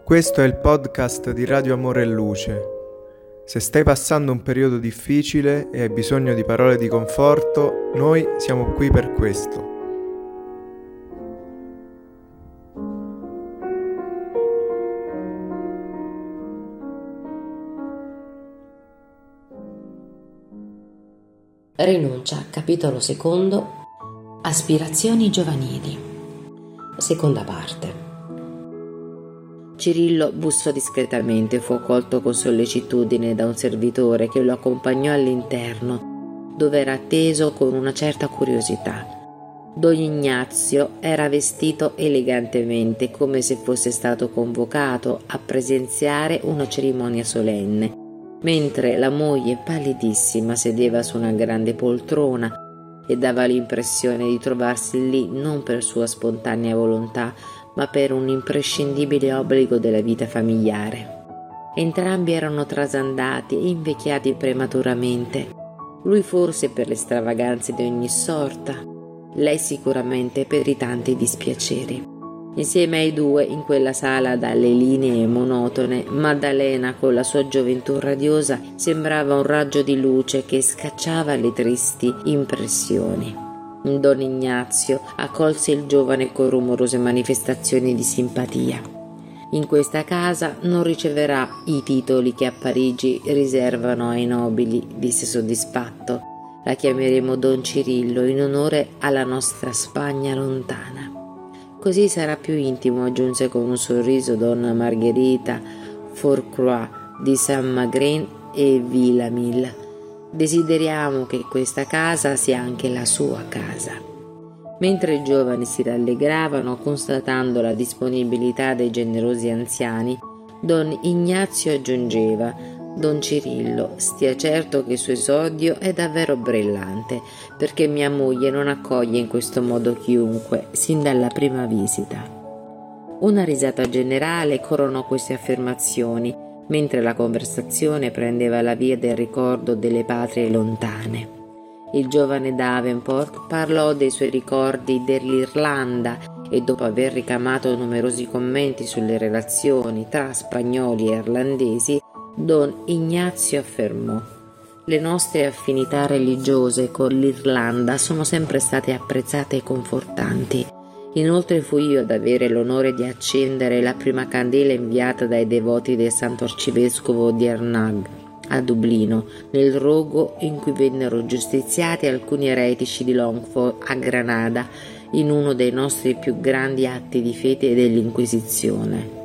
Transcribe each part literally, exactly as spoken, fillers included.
Questo è il podcast di Radio Amore e Luce. Se stai passando un periodo difficile e hai bisogno di parole di conforto, noi siamo qui per questo. Rinuncia, capitolo secondo, aspirazioni giovanili. Seconda parte. Cirillo bussò discretamente, fu accolto con sollecitudine da un servitore che lo accompagnò all'interno, dove era atteso con una certa curiosità. Don Ignazio era vestito elegantemente, come se fosse stato convocato a presenziare una cerimonia solenne, mentre la moglie pallidissima sedeva su una grande poltrona e dava l'impressione di trovarsi lì non per sua spontanea volontà, ma per un imprescindibile obbligo della vita familiare. Entrambi erano trasandati e invecchiati prematuramente, lui forse per le stravaganze di ogni sorta, lei sicuramente per i tanti dispiaceri. Insieme ai due, in quella sala dalle linee monotone, Maddalena con la sua gioventù radiosa sembrava un raggio di luce che scacciava le tristi impressioni. Don Ignazio accolse il giovane con rumorose manifestazioni di simpatia. In questa casa non riceverà i titoli che a Parigi riservano ai nobili, disse soddisfatto. La chiameremo Don Cirillo in onore alla nostra Spagna lontana. Così sarà più intimo, aggiunse con un sorriso donna Margherita Fourcroy di Saint-Magrin e Villamil. Desideriamo che questa casa sia anche la sua casa. Mentre i giovani si rallegravano, constatando la disponibilità dei generosi anziani, Don Ignazio aggiungeva: Don Cirillo, stia certo che il suo esordio è davvero brillante, perché mia moglie non accoglie in questo modo chiunque, sin dalla prima visita. Una risata generale coronò queste affermazioni, mentre la conversazione prendeva la via del ricordo delle patrie lontane. Il giovane Davenport parlò dei suoi ricordi dell'Irlanda e, dopo aver ricamato numerosi commenti sulle relazioni tra spagnoli e irlandesi, Don Ignazio affermò: le nostre affinità religiose con l'Irlanda sono sempre state apprezzate e confortanti. Inoltre fui io ad avere l'onore di accendere la prima candela inviata dai devoti del Santo Arcivescovo di Arnag a Dublino, nel rogo in cui vennero giustiziati alcuni eretici di Longford a Granada, in uno dei nostri più grandi atti di fede dell'Inquisizione.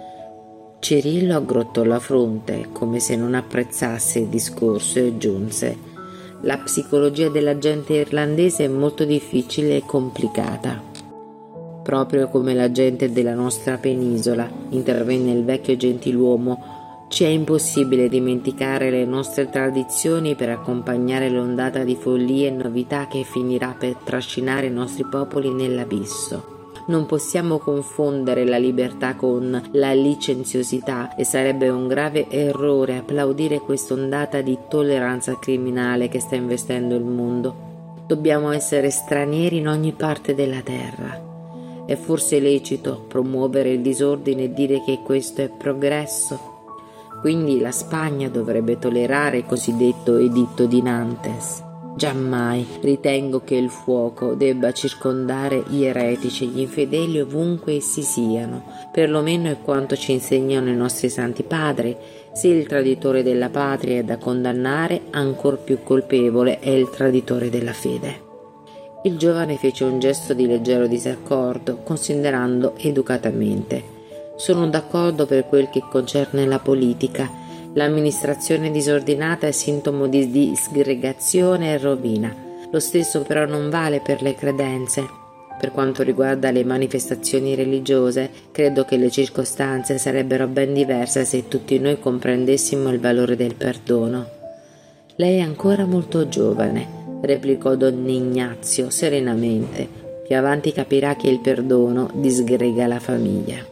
Cirillo aggrottò la fronte, come se non apprezzasse il discorso, e aggiunse: la psicologia della gente irlandese è molto difficile e complicata. Proprio come la gente della nostra penisola, intervenne il vecchio gentiluomo, ci è impossibile dimenticare le nostre tradizioni per accompagnare l'ondata di follie e novità che finirà per trascinare i nostri popoli nell'abisso. Non possiamo confondere la libertà con la licenziosità e sarebbe un grave errore applaudire quest'ondata di tolleranza criminale che sta investendo il mondo. Dobbiamo essere stranieri in ogni parte della terra. È forse lecito promuovere il disordine e dire che questo è progresso? Quindi la Spagna dovrebbe tollerare il cosiddetto editto di Nantes. Giammai ritengo che il fuoco debba circondare gli eretici e gli infedeli ovunque essi siano, perlomeno è quanto ci insegnano i nostri santi padri. Se il traditore della patria è da condannare, ancor più colpevole è il traditore della fede. Il giovane fece un gesto di leggero disaccordo, considerando educatamente: sono d'accordo per quel che concerne la politica. L'amministrazione disordinata è sintomo di disgregazione e rovina. Lo stesso però non vale per le credenze. Per quanto riguarda le manifestazioni religiose, credo che le circostanze sarebbero ben diverse se tutti noi comprendessimo il valore del perdono. Lei è ancora molto giovane, replicò Don Ignazio serenamente. Più avanti capirà che il perdono disgrega la famiglia.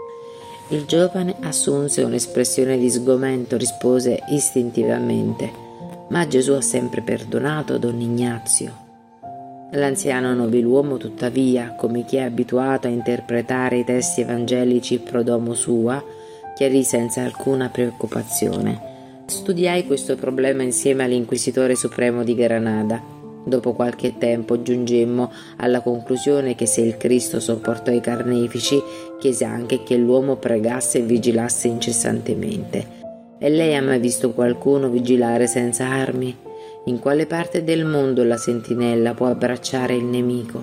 Il giovane assunse un'espressione di sgomento, rispose istintivamente: ma Gesù ha sempre perdonato, Don Ignazio. L'anziano nobiluomo, tuttavia, come chi è abituato a interpretare i testi evangelici pro domo sua, chiarì senza alcuna preoccupazione. Studiai questo problema insieme all'Inquisitore Supremo di Granada. Dopo qualche tempo giungemmo alla conclusione che se il Cristo sopportò i carnefici, chiese anche che l'uomo pregasse e vigilasse incessantemente. E lei ha mai visto qualcuno vigilare senza armi? In quale parte del mondo la sentinella può abbracciare il nemico?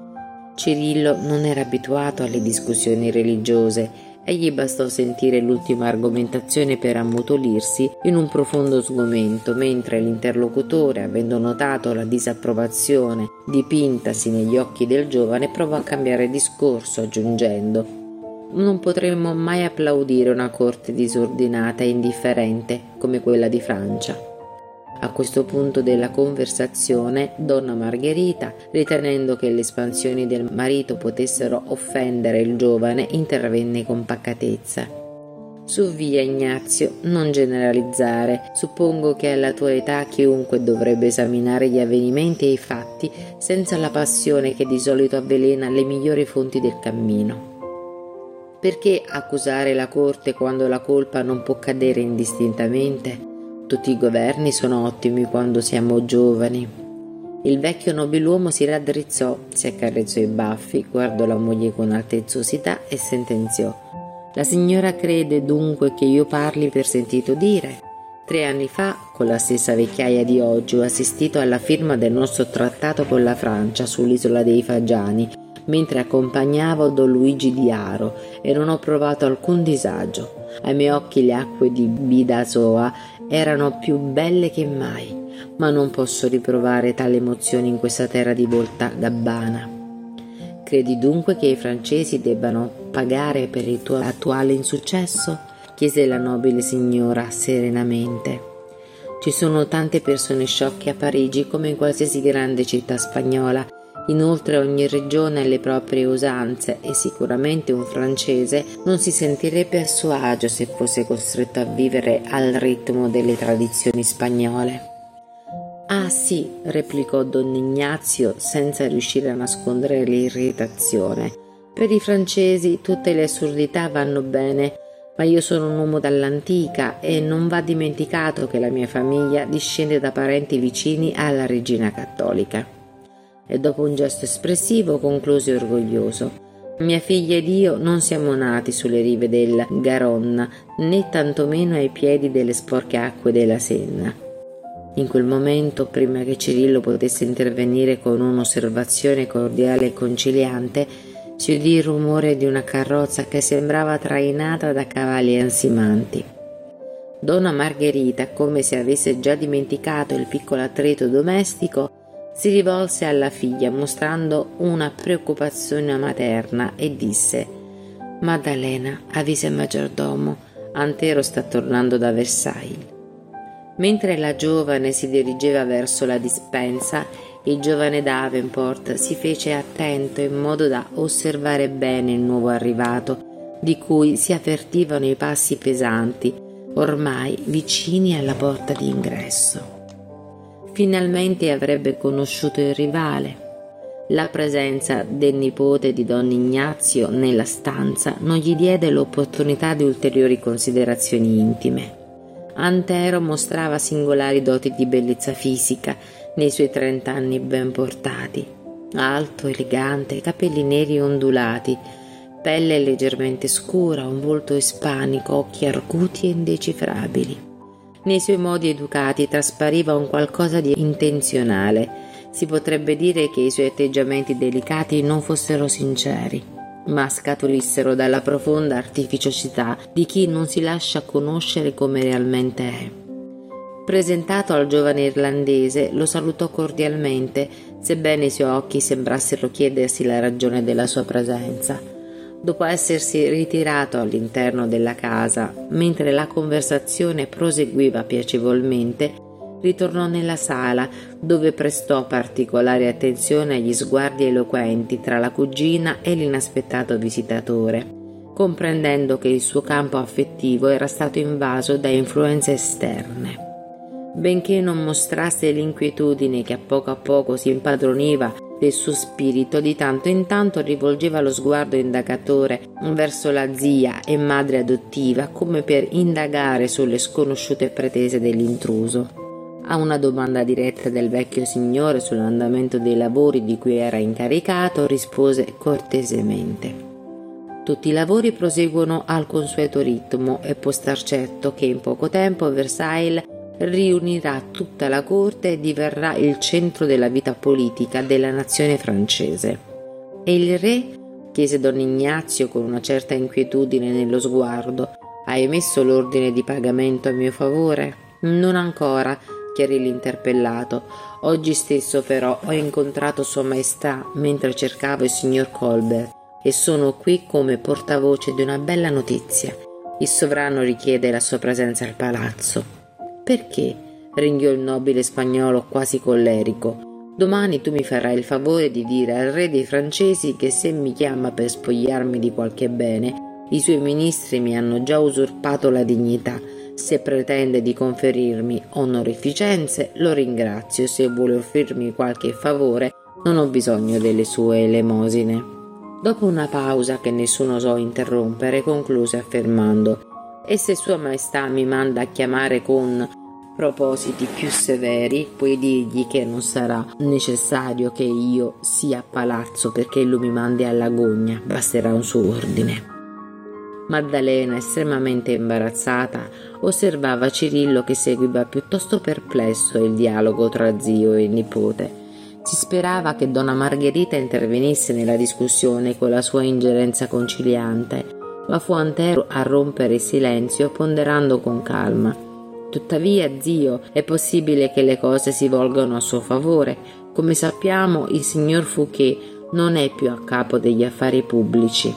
Cirillo non era abituato alle discussioni religiose e gli bastò sentire l'ultima argomentazione per ammutolirsi in un profondo sgomento, mentre l'interlocutore, avendo notato la disapprovazione dipintasi negli occhi del giovane, provò a cambiare discorso, aggiungendo: «Non potremmo mai applaudire una corte disordinata e indifferente come quella di Francia». A questo punto della conversazione, donna Margherita, ritenendo che le espansioni del marito potessero offendere il giovane, intervenne con pacatezza. «Su via, Ignazio, non generalizzare. Suppongo che alla tua età chiunque dovrebbe esaminare gli avvenimenti e i fatti senza la passione che di solito avvelena le migliori fonti del cammino. Perché accusare la corte quando la colpa non può cadere indistintamente? Tutti i governi sono ottimi quando siamo giovani». Il vecchio nobiluomo si raddrizzò, si accarezzò i baffi, guardò la moglie con altezzosità e sentenziò: «La signora crede dunque che io parli per sentito dire? Tre anni fa, con la stessa vecchiaia di oggi, ho assistito alla firma del nostro trattato con la Francia sull'isola dei Fagiani, mentre accompagnavo Don Luigi di Haro, e non ho provato alcun disagio. Ai miei occhi le acque di Bidasoa erano più belle che mai, ma non posso riprovare tale emozione in questa terra di volta gabbana. Credi dunque che i francesi debbano pagare per il tuo attuale insuccesso?» chiese la nobile signora serenamente. «Ci sono tante persone sciocche a Parigi come in qualsiasi grande città spagnola. Inoltre ogni regione ha le proprie usanze e sicuramente un francese non si sentirebbe a suo agio se fosse costretto a vivere al ritmo delle tradizioni spagnole». «Ah sì», replicò don Ignazio senza riuscire a nascondere l'irritazione, «per i francesi tutte le assurdità vanno bene, ma io sono un uomo dall'antica e non va dimenticato che la mia famiglia discende da parenti vicini alla regina cattolica». E dopo un gesto espressivo concluse orgoglioso: «Mia figlia ed io non siamo nati sulle rive del Garonne, né tantomeno ai piedi delle sporche acque della Senna». In quel momento, prima che Cirillo potesse intervenire con un'osservazione cordiale e conciliante, si udì il rumore di una carrozza che sembrava trainata da cavalli ansimanti. Donna Margherita, come se avesse già dimenticato il piccolo attrito domestico, si rivolse alla figlia mostrando una preoccupazione materna e disse: «Maddalena, avvisa il maggiordomo, Antero sta tornando da Versailles». Mentre la giovane si dirigeva verso la dispensa, il giovane Davenport si fece attento in modo da osservare bene il nuovo arrivato, di cui si avvertivano i passi pesanti, ormai vicini alla porta d'ingresso. Finalmente avrebbe conosciuto il rivale. La presenza del nipote di don Ignazio nella stanza non gli diede l'opportunità di ulteriori considerazioni intime. Antero mostrava singolari doti di bellezza fisica nei suoi trent'anni ben portati. Alto, elegante, capelli neri ondulati, pelle leggermente scura, un volto ispanico, occhi arguti e indecifrabili. Nei suoi modi educati traspariva un qualcosa di intenzionale. Si potrebbe dire che i suoi atteggiamenti delicati non fossero sinceri, ma scaturissero dalla profonda artificiosità di chi non si lascia conoscere come realmente è. Presentato al giovane irlandese, lo salutò cordialmente, sebbene i suoi occhi sembrassero chiedersi la ragione della sua presenza. Dopo essersi ritirato all'interno della casa, mentre la conversazione proseguiva piacevolmente, ritornò nella sala, dove prestò particolare attenzione agli sguardi eloquenti tra la cugina e l'inaspettato visitatore, comprendendo che il suo campo affettivo era stato invaso da influenze esterne. Benché non mostrasse l'inquietudine che a poco a poco si impadroniva del suo spirito di tanto in tanto rivolgeva lo sguardo indagatore verso la zia e madre adottiva, come per indagare sulle sconosciute pretese dell'intruso. A una domanda diretta del vecchio signore sull'andamento dei lavori di cui era incaricato, rispose cortesemente: tutti i lavori proseguono al consueto ritmo e può star certo che in poco tempo Versailles riunirà tutta la corte e diverrà il centro della vita politica della nazione francese. E il re? Chiese don Ignazio con una certa inquietudine nello sguardo. Hai emesso l'ordine di pagamento a mio favore? Non ancora, chiarì l'interpellato. Oggi stesso però ho incontrato Sua Maestà mentre cercavo il signor Colbert e sono qui come portavoce di una bella notizia. Il sovrano richiede la sua presenza al palazzo. Perché? Ringhiò il nobile spagnolo quasi collerico. Domani tu mi farai il favore di dire al re dei francesi che se mi chiama per spogliarmi di qualche bene, i suoi ministri mi hanno già usurpato la dignità. Se pretende di conferirmi onorificenze, lo ringrazio. Se vuole offrirmi qualche favore, non ho bisogno delle sue elemosine. Dopo una pausa che nessuno osò interrompere, concluse affermando: e se Sua Maestà mi manda a chiamare con propositi più severi, puoi dirgli che non sarà necessario che io sia a palazzo perché lui mi mandi alla gogna, basterà un suo ordine. Maddalena, estremamente imbarazzata, osservava Cirillo che seguiva piuttosto perplesso il dialogo tra zio e nipote. Si sperava che donna Margherita intervenisse nella discussione con la sua ingerenza conciliante, ma fu Antero a rompere il silenzio ponderando con calma. Tuttavia, zio, è possibile che le cose si volgano a suo favore. Come sappiamo, il signor Fouquet non è più a capo degli affari pubblici.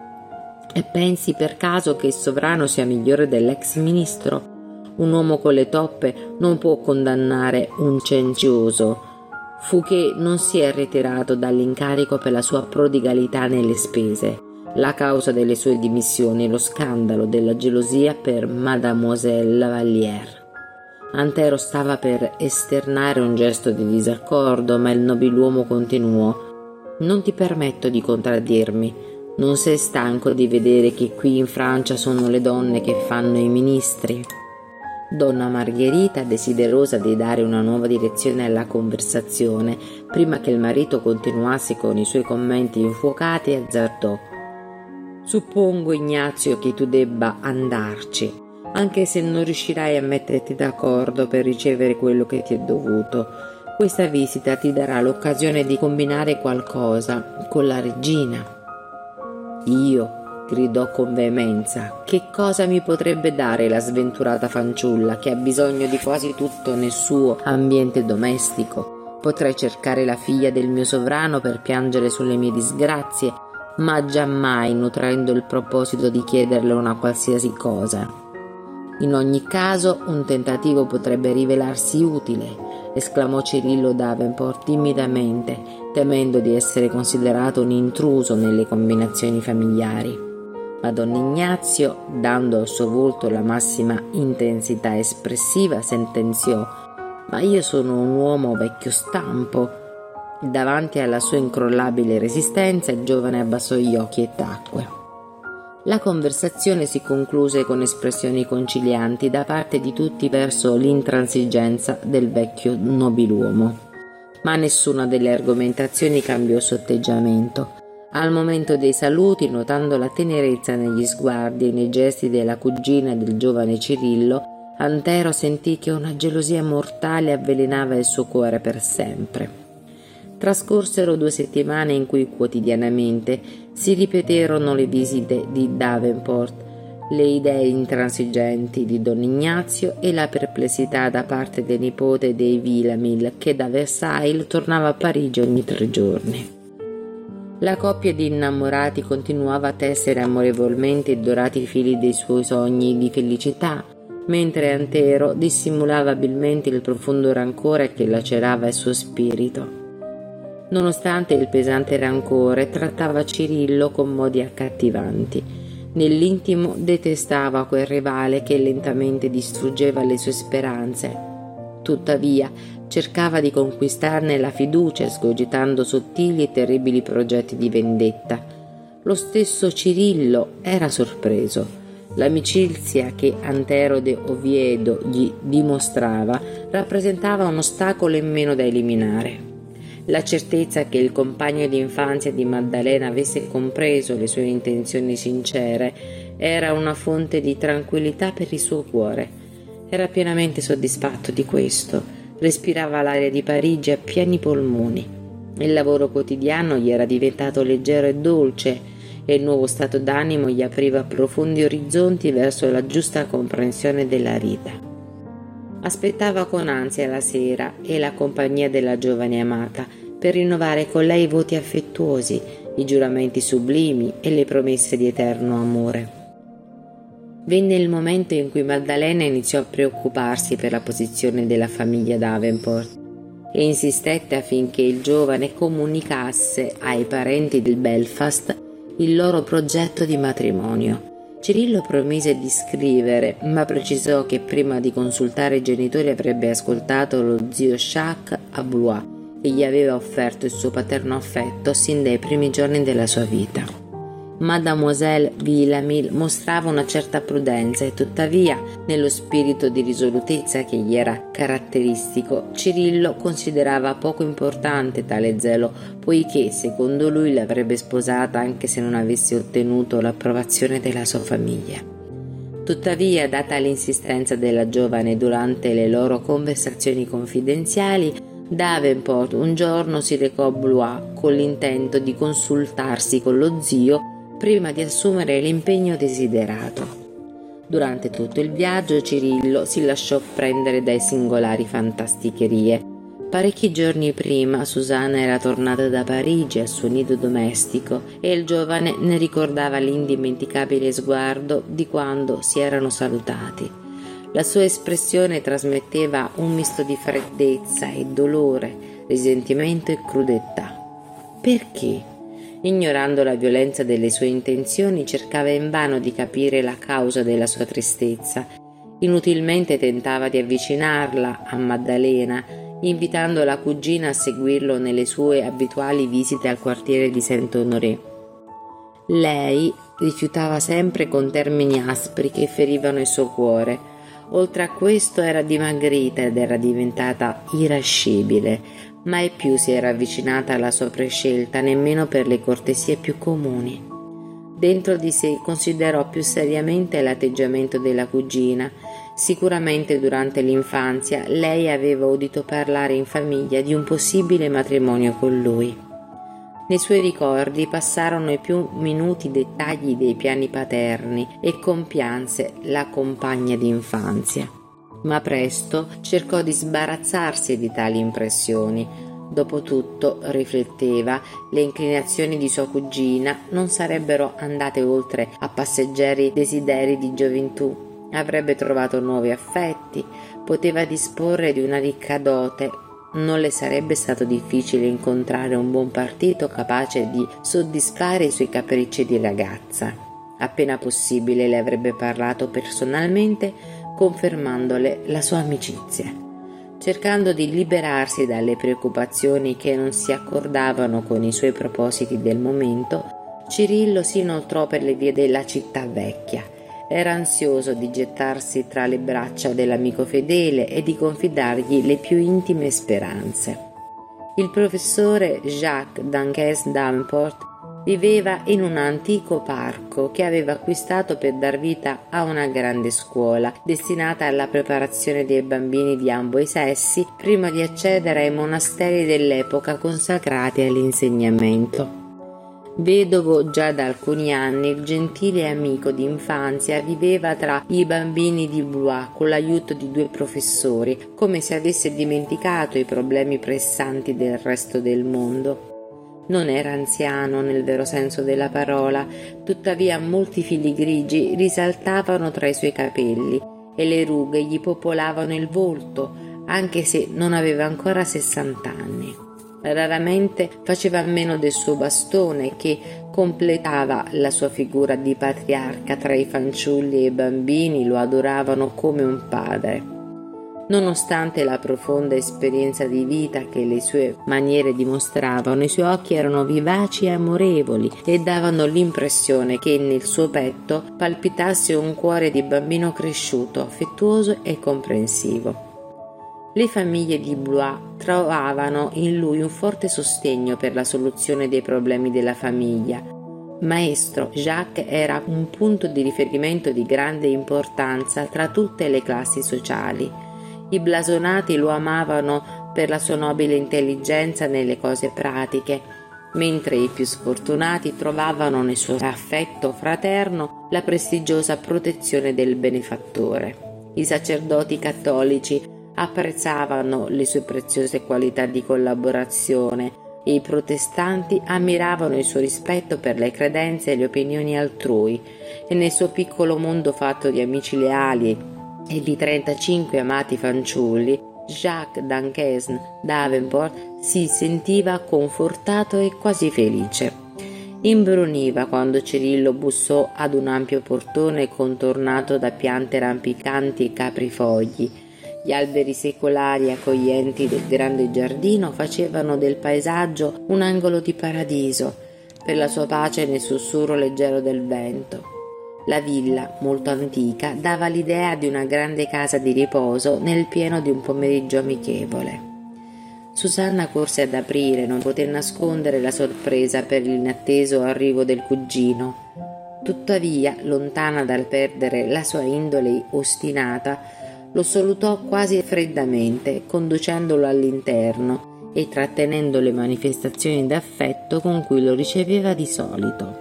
E pensi per caso che il sovrano sia migliore dell'ex ministro? Un uomo con le toppe non può condannare un censioso. Fouquet non si è ritirato dall'incarico per la sua prodigalità nelle spese. La causa delle sue dimissioni è lo scandalo della gelosia per Mademoiselle Lavallière. Antero stava per esternare un gesto di disaccordo, ma il nobiluomo continuò: non ti permetto di contraddirmi. Non sei stanco di vedere che qui in Francia sono le donne che fanno i ministri? Donna Margherita, desiderosa di dare una nuova direzione alla conversazione, prima che il marito continuasse con i suoi commenti infuocati, azzardò: suppongo, Ignazio, che tu debba andarci, anche se non riuscirai a metterti d'accordo per ricevere quello che ti è dovuto. Questa visita ti darà l'occasione di combinare qualcosa con la regina. Io? Gridò con veemenza. Che cosa mi potrebbe dare la sventurata fanciulla che ha bisogno di quasi tutto nel suo ambiente domestico? Potrei cercare la figlia del mio sovrano per piangere sulle mie disgrazie, ma giammai nutrendo il proposito di chiederle una qualsiasi cosa. In ogni caso un tentativo potrebbe rivelarsi utile, esclamò Cirillo Davenport timidamente, temendo di essere considerato un intruso nelle combinazioni familiari. Ma don Ignazio, dando al suo volto la massima intensità espressiva, sentenziò: ma io sono un uomo vecchio stampo. Davanti alla sua incrollabile resistenza il giovane abbassò gli occhi e tacque. La conversazione si concluse con espressioni concilianti da parte di tutti verso l'intransigenza del vecchio nobiluomo, ma nessuna delle argomentazioni cambiò suo atteggiamento. Al momento dei saluti, notando la tenerezza negli sguardi e nei gesti della cugina del giovane Cirillo, Antero sentì che una gelosia mortale avvelenava il suo cuore per sempre. Trascorsero due settimane in cui quotidianamente si ripeterono le visite di Davenport, le idee intransigenti di don Ignazio e la perplessità da parte del nipote dei Villamil, che da Versailles tornava a Parigi ogni tre giorni. La coppia di innamorati continuava a tessere amorevolmente i dorati fili dei suoi sogni di felicità, mentre Antero dissimulava abilmente il profondo rancore che lacerava il suo spirito. Nonostante il pesante rancore, trattava Cirillo con modi accattivanti. Nell'intimo detestava quel rivale che lentamente distruggeva le sue speranze. Tuttavia, cercava di conquistarne la fiducia, escogitando sottili e terribili progetti di vendetta. Lo stesso Cirillo era sorpreso. L'amicizia che Antero de Oviedo gli dimostrava rappresentava un ostacolo in meno da eliminare. La certezza che il compagno di infanzia di Maddalena avesse compreso le sue intenzioni sincere era una fonte di tranquillità per il suo cuore. Era pienamente soddisfatto di questo. Respirava l'aria di Parigi a pieni polmoni. Il lavoro quotidiano gli era diventato leggero e dolce, e il nuovo stato d'animo gli apriva profondi orizzonti verso la giusta comprensione della vita. Aspettava con ansia la sera e la compagnia della giovane amata per rinnovare con lei i voti affettuosi, i giuramenti sublimi e le promesse di eterno amore. Venne il momento in cui Maddalena iniziò a preoccuparsi per la posizione della famiglia Davenport e insistette affinché il giovane comunicasse ai parenti del Belfast il loro progetto di matrimonio. Cirillo promise di scrivere, ma precisò che prima di consultare i genitori avrebbe ascoltato lo zio Jacques a Blois, che gli aveva offerto il suo paterno affetto sin dai primi giorni della sua vita. Mademoiselle Villamil mostrava una certa prudenza e tuttavia, nello spirito di risolutezza che gli era caratteristico, Cirillo considerava poco importante tale zelo, poiché secondo lui l'avrebbe sposata anche se non avesse ottenuto l'approvazione della sua famiglia. Tuttavia, data l'insistenza della giovane durante le loro conversazioni confidenziali, Davenport un giorno si recò a Blois con l'intento di consultarsi con lo zio prima di assumere l'impegno desiderato. Durante tutto il viaggio Cirillo si lasciò prendere dai singolari fantasticherie. Parecchi giorni prima Susanna era tornata da Parigi al suo nido domestico e il giovane ne ricordava l'indimenticabile sguardo di quando si erano salutati. La sua espressione trasmetteva un misto di freddezza e dolore, risentimento e crudetà. Perché? Ignorando la violenza delle sue intenzioni, cercava invano di capire la causa della sua tristezza. Inutilmente tentava di avvicinarla a Maddalena, invitando la cugina a seguirlo nelle sue abituali visite al quartiere di Saint-Honoré. Lei rifiutava sempre con termini aspri che ferivano il suo cuore. Oltre a questo era dimagrita ed era diventata irascibile. Mai più si era avvicinata alla sua prescelta, nemmeno per le cortesie più comuni. Dentro di sé considerò più seriamente l'atteggiamento della cugina. Sicuramente durante l'infanzia lei aveva udito parlare in famiglia di un possibile matrimonio con lui. Nei suoi ricordi passarono i più minuti dettagli dei piani paterni e compianse la compagna d'infanzia. Ma presto cercò di sbarazzarsi di tali impressioni. Dopotutto, rifletteva, le inclinazioni di sua cugina non sarebbero andate oltre a passeggeri desideri di gioventù. Avrebbe trovato nuovi affetti, poteva disporre di una ricca dote. Non le sarebbe stato difficile incontrare un buon partito capace di soddisfare i suoi capricci di ragazza. Appena possibile le avrebbe parlato personalmente, confermandole la sua amicizia. Cercando di liberarsi dalle preoccupazioni che non si accordavano con i suoi propositi del momento, Cirillo si inoltrò per le vie della città vecchia. Era ansioso di gettarsi tra le braccia dell'amico fedele e di confidargli le più intime speranze. Il professore Jacques d'Anquès Davenport viveva in un antico parco che aveva acquistato per dar vita a una grande scuola destinata alla preparazione dei bambini di ambo i sessi prima di accedere ai monasteri dell'epoca consacrati all'insegnamento. Vedovo già da alcuni anni, il gentile amico di infanzia viveva tra i bambini di Blois con l'aiuto di due professori, come se avesse dimenticato i problemi pressanti del resto del mondo. Non era anziano nel vero senso della parola, tuttavia molti fili grigi risaltavano tra i suoi capelli e le rughe gli popolavano il volto, anche se non aveva ancora sessant'anni. Raramente faceva a meno del suo bastone che completava la sua figura di patriarca. Tra i fanciulli e i bambini lo adoravano come un padre. Nonostante la profonda esperienza di vita che le sue maniere dimostravano, i suoi occhi erano vivaci e amorevoli e davano l'impressione che nel suo petto palpitasse un cuore di bambino cresciuto, affettuoso e comprensivo. Le famiglie di Blois trovavano in lui un forte sostegno per la soluzione dei problemi della famiglia. Maestro Jacques era un punto di riferimento di grande importanza tra tutte le classi sociali. I blasonati lo amavano per la sua nobile intelligenza nelle cose pratiche, mentre i più sfortunati trovavano nel suo affetto fraterno la prestigiosa protezione del benefattore. I sacerdoti cattolici apprezzavano le sue preziose qualità di collaborazione e i protestanti ammiravano il suo rispetto per le credenze e le opinioni altrui, e nel suo piccolo mondo fatto di amici leali e di trentacinque amati fanciulli, Jacques d'Anquesne Davenport si sentiva confortato e quasi felice. Imbruniva quando Cirillo bussò ad un ampio portone contornato da piante rampicanti e caprifogli. Gli alberi secolari accoglienti del grande giardino facevano del paesaggio un angolo di paradiso, per la sua pace nel sussurro leggero del vento. La villa, molto antica, dava l'idea di una grande casa di riposo nel pieno di un pomeriggio amichevole. Susanna corse ad aprire, non poté nascondere la sorpresa per l'inatteso arrivo del cugino. Tuttavia, lontana dal perdere la sua indole ostinata, lo salutò quasi freddamente, conducendolo all'interno e trattenendo le manifestazioni d'affetto con cui lo riceveva di solito.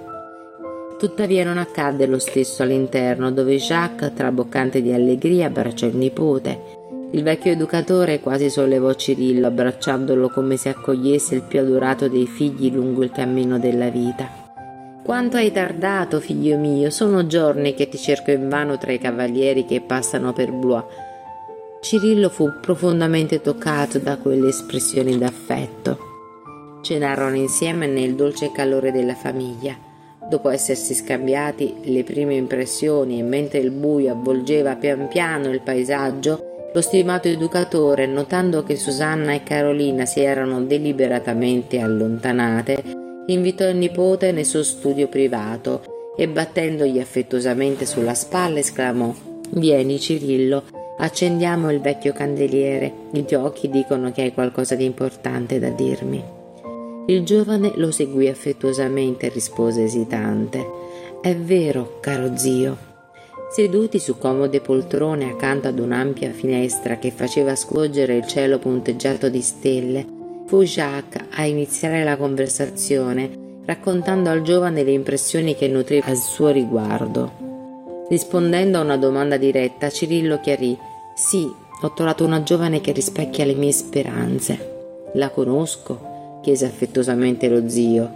Tuttavia non accadde lo stesso all'interno, dove Jacques, traboccante di allegria, abbracciò il nipote. Il vecchio educatore quasi sollevò Cirillo, abbracciandolo come se accogliesse il più adorato dei figli lungo il cammino della vita. «Quanto hai tardato, figlio mio! Sono giorni che ti cerco invano tra i cavalieri che passano per Blois». Cirillo fu profondamente toccato da quelle espressioni d'affetto. Cenarono insieme nel dolce calore della famiglia. Dopo essersi scambiati le prime impressioni e mentre il buio avvolgeva pian piano il paesaggio, lo stimato educatore, notando che Susanna e Carolina si erano deliberatamente allontanate, invitò il nipote nel suo studio privato e battendogli affettuosamente sulla spalla esclamò: «Vieni, Cirillo, accendiamo il vecchio candeliere. I tuoi occhi dicono che hai qualcosa di importante da dirmi». Il giovane lo seguì affettuosamente e rispose esitante: «È vero, caro zio». Seduti su comode poltrone accanto ad un'ampia finestra che faceva scorgere il cielo punteggiato di stelle, fu Jacques a iniziare la conversazione, raccontando al giovane le impressioni che nutriva al suo riguardo. Rispondendo a una domanda diretta, Cirillo chiarì: «Sì, ho trovato una giovane che rispecchia le mie speranze». «La conosco?» chiese affettuosamente lo zio.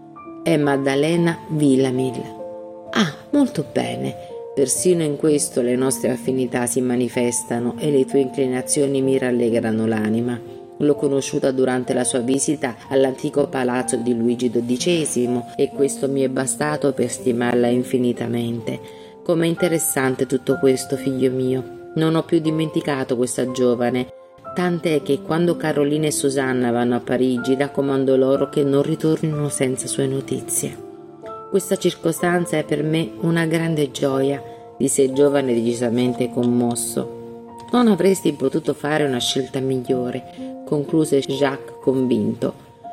«È Maddalena Villamil». «Ah, molto bene. Persino in questo le nostre affinità si manifestano e le tue inclinazioni mi rallegrano l'anima. L'ho conosciuta durante la sua visita all'antico palazzo di Luigi dodicesimo e questo mi è bastato per stimarla infinitamente. Com'è interessante tutto questo, figlio mio. Non ho più dimenticato questa giovane, tant'è che quando Carolina e Susanna vanno a Parigi raccomando loro che non ritornino senza sue notizie. Questa circostanza è per me una grande gioia», disse il giovane decisamente commosso. «Non avresti potuto fare una scelta migliore», concluse Jacques convinto.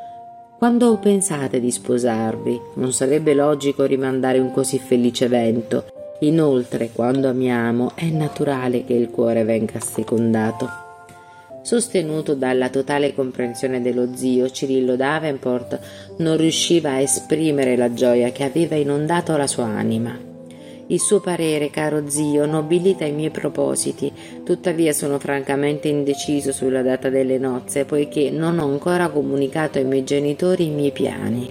«Quando pensate di sposarvi? Non sarebbe logico rimandare un così felice evento. Inoltre, quando amiamo, è naturale che il cuore venga assecondato». Sostenuto dalla totale comprensione dello zio, Cirillo Davenport non riusciva a esprimere la gioia che aveva inondato la sua anima. «Il suo parere, caro zio, nobilita i miei propositi, tuttavia sono francamente indeciso sulla data delle nozze, poiché non ho ancora comunicato ai miei genitori i miei piani».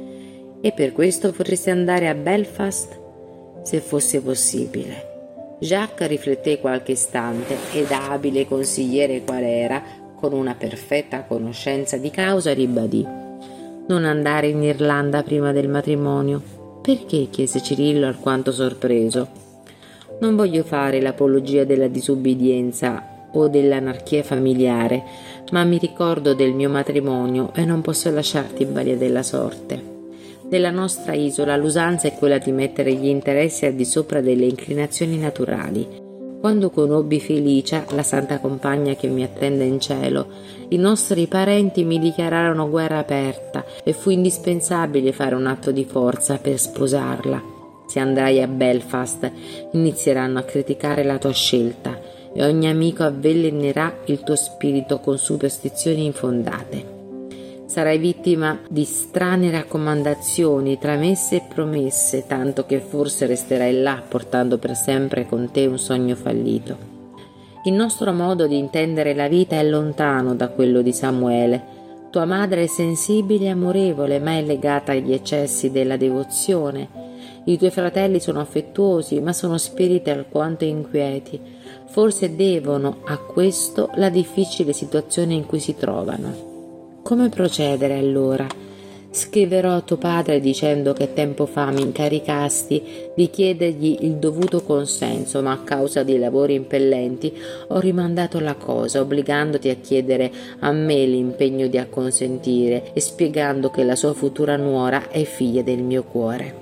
«E per questo vorresti andare a Belfast?» «Se fosse possibile». Jacques rifletté qualche istante e, da abile consigliere qual era, con una perfetta conoscenza di causa, ribadì: «Non andare in Irlanda prima del matrimonio». «Perché?» chiese Cirillo alquanto sorpreso. «Non voglio fare l'apologia della disubbidienza, o dell'anarchia familiare, ma mi ricordo del mio matrimonio e non posso lasciarti in balia della sorte. Nella nostra isola l'usanza è quella di mettere gli interessi al di sopra delle inclinazioni naturali. Quando conobbi Felicia, la santa compagna che mi attende in cielo, i nostri parenti mi dichiararono guerra aperta e fu indispensabile fare un atto di forza per sposarla. Se andrai a Belfast, inizieranno a criticare la tua scelta e ogni amico avvelenerà il tuo spirito con superstizioni infondate. Sarai vittima di strane raccomandazioni tra messe e promesse, tanto che forse resterai là portando per sempre con te un sogno fallito. Il nostro modo di intendere la vita è lontano da quello di Samuele. Tua madre è sensibile e amorevole, ma è legata agli eccessi della devozione. I tuoi fratelli sono affettuosi, ma sono spiriti alquanto inquieti. Forse devono a questo la difficile situazione in cui si trovano. Come procedere allora? Scriverò a tuo padre dicendo che tempo fa mi incaricasti di chiedergli il dovuto consenso, ma a causa di lavori impellenti ho rimandato la cosa, obbligandoti a chiedere a me l'impegno di acconsentire e spiegando che la sua futura nuora è figlia del mio cuore.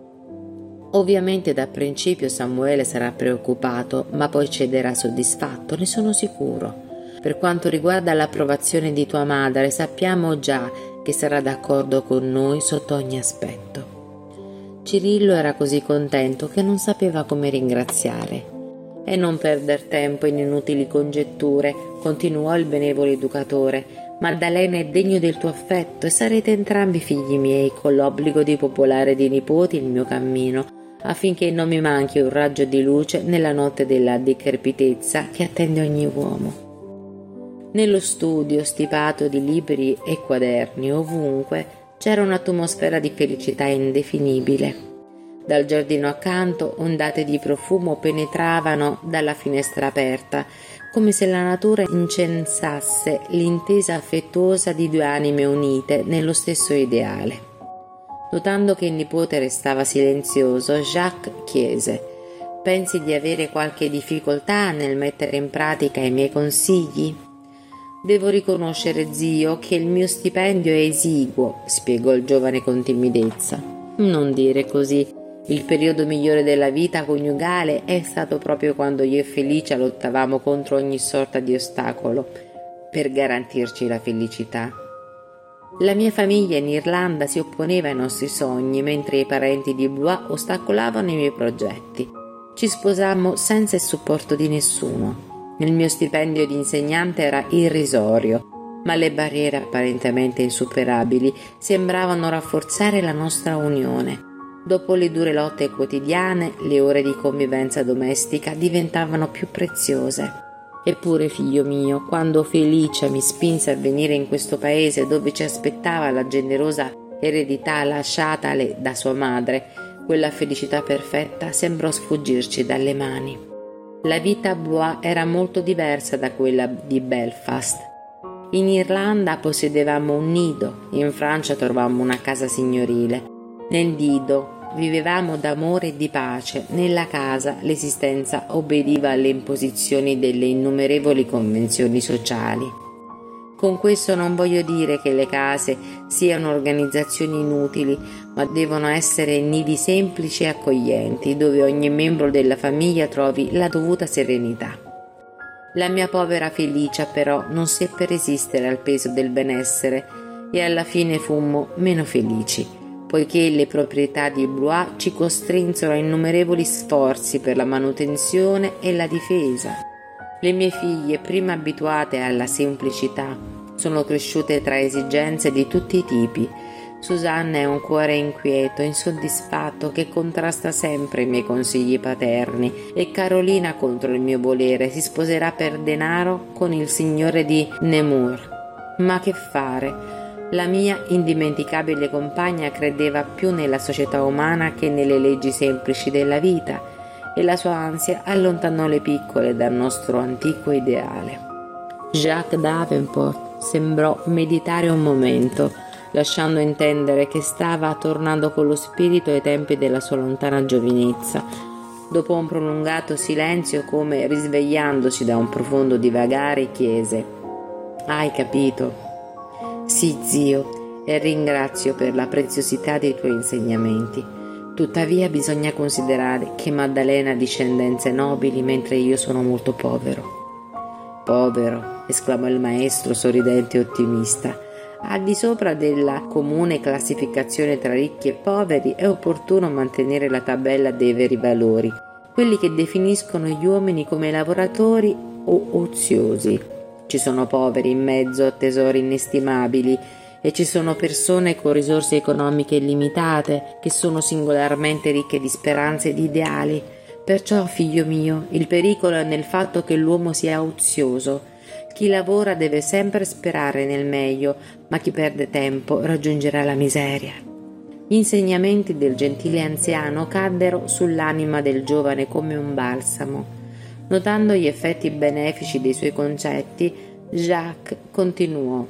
Ovviamente da principio Samuele sarà preoccupato, ma poi cederà soddisfatto, ne sono sicuro. Per quanto riguarda l'approvazione di tua madre, sappiamo già che sarà d'accordo con noi sotto ogni aspetto. Cirillo era così contento che non sapeva come ringraziare. E non perder tempo in inutili congetture, continuò il benevolo educatore. Maddalena è degno del tuo affetto e sarete entrambi figli miei, con l'obbligo di popolare di nipoti il mio cammino, affinché non mi manchi un raggio di luce nella notte della decrepitezza che attende ogni uomo. Nello studio, stipato di libri e quaderni, ovunque c'era un'atmosfera di felicità indefinibile. Dal giardino accanto ondate di profumo penetravano dalla finestra aperta, come se la natura incensasse l'intesa affettuosa di due anime unite nello stesso ideale. Notando che il nipote restava silenzioso, Jacques chiese: «Pensi di avere qualche difficoltà nel mettere in pratica i miei consigli?» «Devo riconoscere, zio, che il mio stipendio è esiguo», spiegò il giovane con timidezza. «Non dire così. Il periodo migliore della vita coniugale è stato proprio quando io e Felicia lottavamo contro ogni sorta di ostacolo per garantirci la felicità. La mia famiglia in Irlanda si opponeva ai nostri sogni, mentre i parenti di Blois ostacolavano i miei progetti. Ci sposammo senza il supporto di nessuno. Il mio stipendio di insegnante era irrisorio, ma le barriere apparentemente insuperabili sembravano rafforzare la nostra unione. Dopo le dure lotte quotidiane, le ore di convivenza domestica diventavano più preziose. Eppure, figlio mio, quando Felicia mi spinse a venire in questo paese dove ci aspettava la generosa eredità lasciatale da sua madre, quella felicità perfetta sembrò sfuggirci dalle mani. La vita a Blois era molto diversa da quella di Belfast. In Irlanda possedevamo un nido, in Francia trovammo una casa signorile. Nel nido vivevamo d'amore e di pace, nella casa l'esistenza obbediva alle imposizioni delle innumerevoli convenzioni sociali. Con questo non voglio dire che le case siano organizzazioni inutili, ma devono essere nidi semplici e accoglienti, dove ogni membro della famiglia trovi la dovuta serenità. La mia povera Felicia, però, non seppe resistere al peso del benessere e alla fine fummo meno felici, poiché le proprietà di Blois ci costrinsero a innumerevoli sforzi per la manutenzione e la difesa. Le mie figlie, prima abituate alla semplicità, sono cresciute tra esigenze di tutti i tipi. Susanna è un cuore inquieto, insoddisfatto, che contrasta sempre i miei consigli paterni, e Carolina, contro il mio volere, si sposerà per denaro con il signore di Nemours. Ma che fare? La mia indimenticabile compagna credeva più nella società umana che nelle leggi semplici della vita, e la sua ansia allontanò le piccole dal nostro antico ideale. Jacques Davenport sembrò meditare un momento, lasciando intendere che stava tornando con lo spirito ai tempi della sua lontana giovinezza. Dopo un prolungato silenzio, come risvegliandosi da un profondo divagare, chiese: «Hai capito?» «Sì, zio, e ringrazio per la preziosità dei tuoi insegnamenti. Tuttavia bisogna considerare che Maddalena ha discendenze nobili, mentre io sono molto povero». «Povero?» esclamò il maestro, sorridente e ottimista. «Al di sopra della comune classificazione tra ricchi e poveri è opportuno mantenere la tabella dei veri valori, quelli che definiscono gli uomini come lavoratori o oziosi. Ci sono poveri in mezzo a tesori inestimabili e ci sono persone con risorse economiche illimitate che sono singolarmente ricche di speranze e di ideali. Perciò, figlio mio, il pericolo è nel fatto che l'uomo sia ozioso. Chi lavora deve sempre sperare nel meglio, ma chi perde tempo raggiungerà la miseria». Gli insegnamenti del gentile anziano caddero sull'anima del giovane come un balsamo. Notando gli effetti benefici dei suoi concetti, Jacques continuò: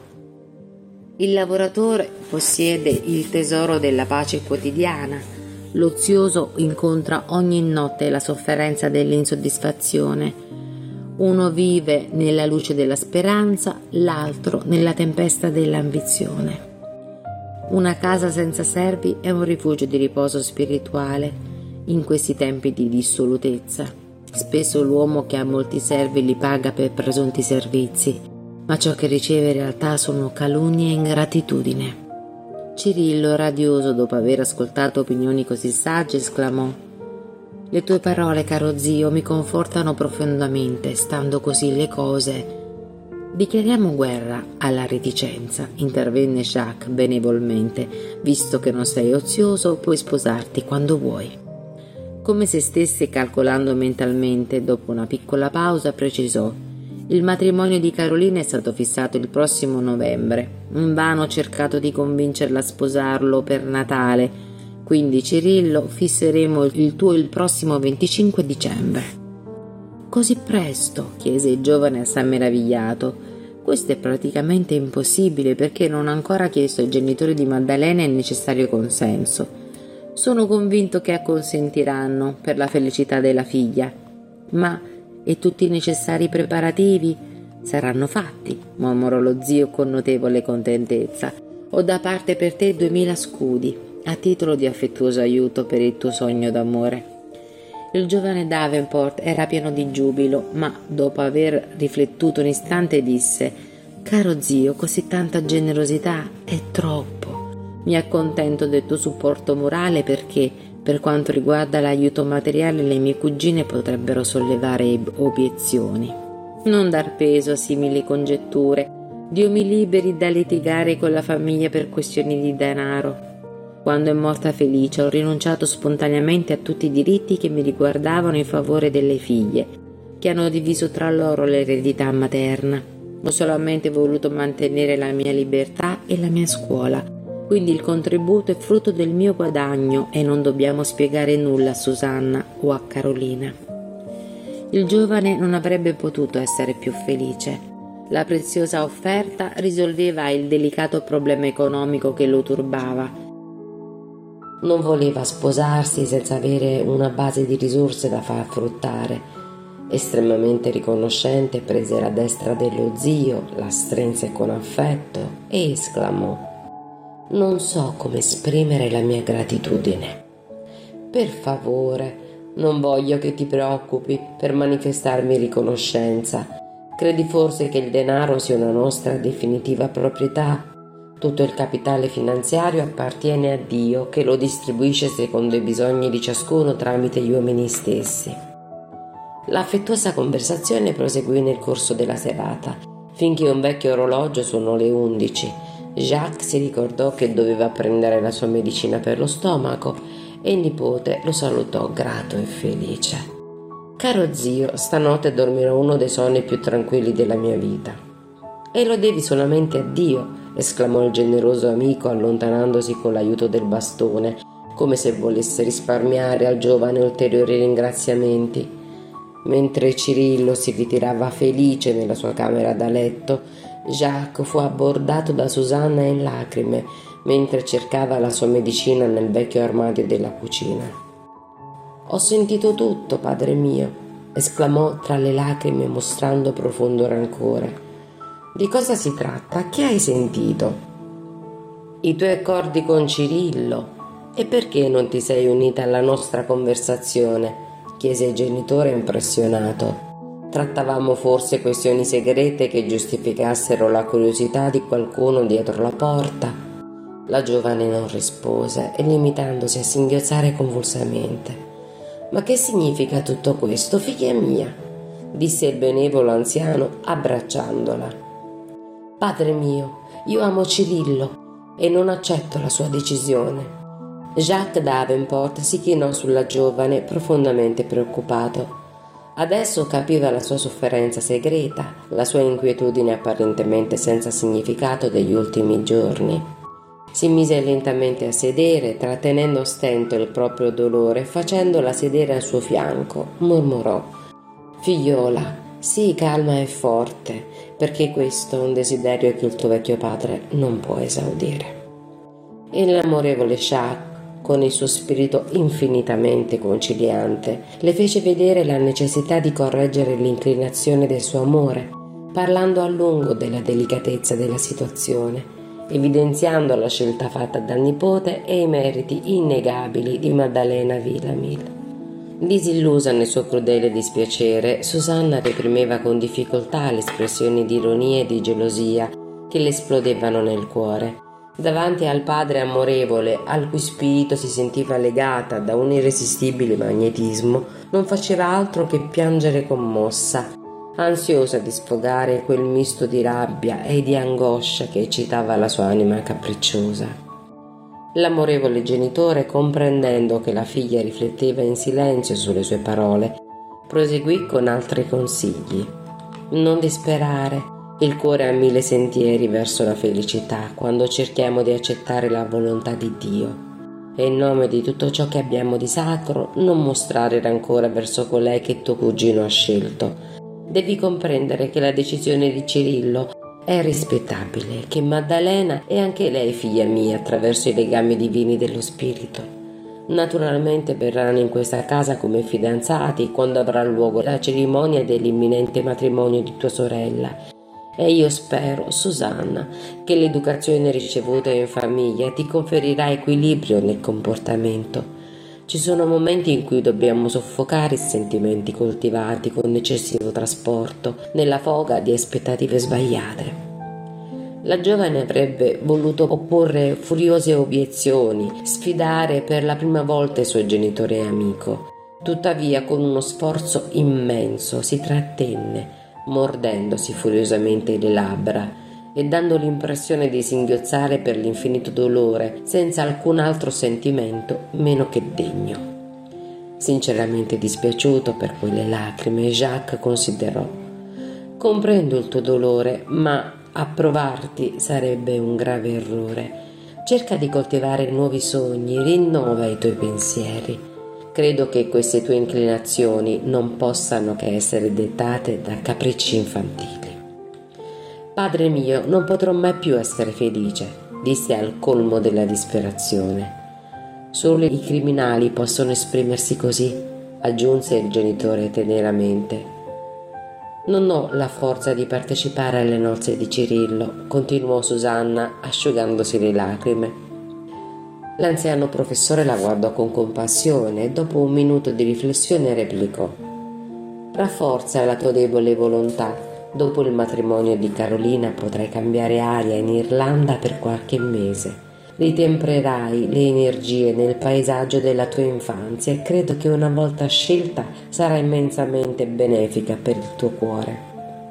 «Il lavoratore possiede il tesoro della pace quotidiana. L'ozioso incontra ogni notte la sofferenza dell'insoddisfazione. Uno vive nella luce della speranza, l'altro nella tempesta dell'ambizione. Una casa senza servi è un rifugio di riposo spirituale in questi tempi di dissolutezza. Spesso l'uomo che ha molti servi li paga per presunti servizi, ma ciò che riceve in realtà sono calunnie e ingratitudine». Cirillo, radioso dopo aver ascoltato opinioni così sagge, esclamò: «Le tue parole, caro zio, mi confortano profondamente. Stando così le cose, dichiariamo guerra alla reticenza», intervenne Jacques benevolmente. «Visto che non sei ozioso, puoi sposarti quando vuoi». Come se stesse calcolando mentalmente, dopo una piccola pausa precisò: «Il matrimonio di Carolina è stato fissato il prossimo novembre. Invano ho cercato di convincerla a sposarlo per Natale. Quindi, Cirillo, fisseremo il tuo il prossimo venticinque dicembre». «Così presto?» chiese il giovane assai meravigliato. «Questo è praticamente impossibile, perché non ho ancora chiesto ai genitori di Maddalena il necessario consenso. Sono convinto che acconsentiranno per la felicità della figlia. Ma e tutti i necessari preparativi?» «Saranno fatti», mormorò lo zio con notevole contentezza. «Ho da parte per te duemila scudi, a titolo di affettuoso aiuto per il tuo sogno d'amore». Il giovane Davenport era pieno di giubilo, ma dopo aver riflettuto un istante disse: «Caro zio, così tanta generosità è troppo. Mi accontento del tuo supporto morale perché, per quanto riguarda l'aiuto materiale, le mie cugine potrebbero sollevare obiezioni. Non dar peso a simili congetture. Dio mi liberi da litigare con la famiglia per questioni di denaro. Quando è morta Felice ho rinunciato spontaneamente a tutti i diritti che mi riguardavano in favore delle figlie, che hanno diviso tra loro l'eredità materna. Ho solamente voluto mantenere la mia libertà e la mia scuola, quindi il contributo è frutto del mio guadagno e non dobbiamo spiegare nulla a Susanna o a Carolina». Il giovane non avrebbe potuto essere più felice. La preziosa offerta risolveva il delicato problema economico che lo turbava. Non voleva sposarsi senza avere una base di risorse da far fruttare. Estremamente riconoscente, prese la destra dello zio, la strinse con affetto e esclamò: «Non so come esprimere la mia gratitudine. Per favore, non voglio che ti preoccupi per manifestarmi riconoscenza. Credi forse che il denaro sia una nostra definitiva proprietà? Tutto il capitale finanziario appartiene a Dio, che lo distribuisce secondo i bisogni di ciascuno tramite gli uomini stessi». L'affettuosa conversazione proseguì nel corso della serata, finché un vecchio orologio suonò le undici. Jacques si ricordò che doveva prendere la sua medicina per lo stomaco e il nipote lo salutò grato e felice. «Caro zio, stanotte dormirò uno dei sonni più tranquilli della mia vita». «E lo devi solamente a Dio», esclamò il generoso amico allontanandosi con l'aiuto del bastone, come se volesse risparmiare al giovane ulteriori ringraziamenti. Mentre Cirillo si ritirava felice nella sua camera da letto, Jacques fu abbordato da Susanna in lacrime mentre cercava la sua medicina nel vecchio armadio della cucina. Ho sentito tutto, padre mio, esclamò tra le lacrime mostrando profondo rancore. Di cosa si tratta? Che hai sentito? I tuoi accordi con Cirillo. E perché non ti sei unita alla nostra conversazione? Chiese il genitore impressionato. Trattavamo forse questioni segrete che giustificassero la curiosità di qualcuno dietro la porta? La giovane non rispose e limitandosi a singhiozzare convulsamente. Ma che significa tutto questo, figlia mia? Disse il benevolo anziano abbracciandola. Padre mio, io amo Cirillo e non accetto la sua decisione. Jacques Davenport si chinò sulla giovane profondamente preoccupato. Adesso capiva la sua sofferenza segreta, la sua inquietudine apparentemente senza significato degli ultimi giorni. Si mise lentamente a sedere, trattenendo a stento il proprio dolore, facendola sedere al suo fianco. Mormorò: «Figliola, sii calma e forte, perché questo è un desiderio che il tuo vecchio padre non può esaudire». E l'amorevole Jacques, con il suo spirito infinitamente conciliante, le fece vedere la necessità di correggere l'inclinazione del suo amore, parlando a lungo della delicatezza della situazione, evidenziando la scelta fatta dal nipote e i meriti innegabili di Maddalena Villamil. Disillusa nel suo crudele dispiacere, Susanna reprimeva con difficoltà le espressioni di ironia e di gelosia che le esplodevano nel cuore. Davanti al padre amorevole, al cui spirito si sentiva legata da un irresistibile magnetismo, non faceva altro che piangere commossa, ansiosa di sfogare quel misto di rabbia e di angoscia che eccitava la sua anima capricciosa. L'amorevole genitore, comprendendo che la figlia rifletteva in silenzio sulle sue parole, proseguì con altri consigli. Non disperare. Il cuore ha mille sentieri verso la felicità quando cerchiamo di accettare la volontà di Dio. E in nome di tutto ciò che abbiamo di sacro, non mostrare rancore verso colei che tuo cugino ha scelto. Devi comprendere che la decisione di Cirillo è rispettabile, che Maddalena è anche lei figlia mia attraverso i legami divini dello spirito. Naturalmente verranno in questa casa come fidanzati quando avrà luogo la cerimonia dell'imminente matrimonio di tua sorella. E io spero, Susanna, che l'educazione ricevuta in famiglia ti conferirà equilibrio nel comportamento. Ci sono momenti in cui dobbiamo soffocare i sentimenti coltivati con eccessivo trasporto, nella foga di aspettative sbagliate. La giovane avrebbe voluto opporre furiose obiezioni, sfidare per la prima volta il suo genitore amico. Tuttavia, con uno sforzo immenso, si trattenne, mordendosi furiosamente le labbra e dando l'impressione di singhiozzare per l'infinito dolore, senza alcun altro sentimento meno che degno. Sinceramente dispiaciuto per quelle lacrime, Jacques considerò: «Comprendo il tuo dolore, ma approvarti sarebbe un grave errore. Cerca di coltivare nuovi sogni, rinnova i tuoi pensieri. Credo che queste tue inclinazioni non possano che essere dettate da capricci infantili». «Padre mio, non potrò mai più essere felice», disse al colmo della disperazione. «Solo i criminali possono esprimersi così», aggiunse il genitore teneramente. «Non ho la forza di partecipare alle nozze di Cirillo», continuò Susanna, asciugandosi le lacrime. L'anziano professore la guardò con compassione e dopo un minuto di riflessione replicò: «Rafforza la tua debole volontà. Dopo il matrimonio di Carolina potrai cambiare aria in Irlanda per qualche mese. Ritempererai le energie nel paesaggio della tua infanzia e credo che una volta scelta sarà immensamente benefica per il tuo cuore.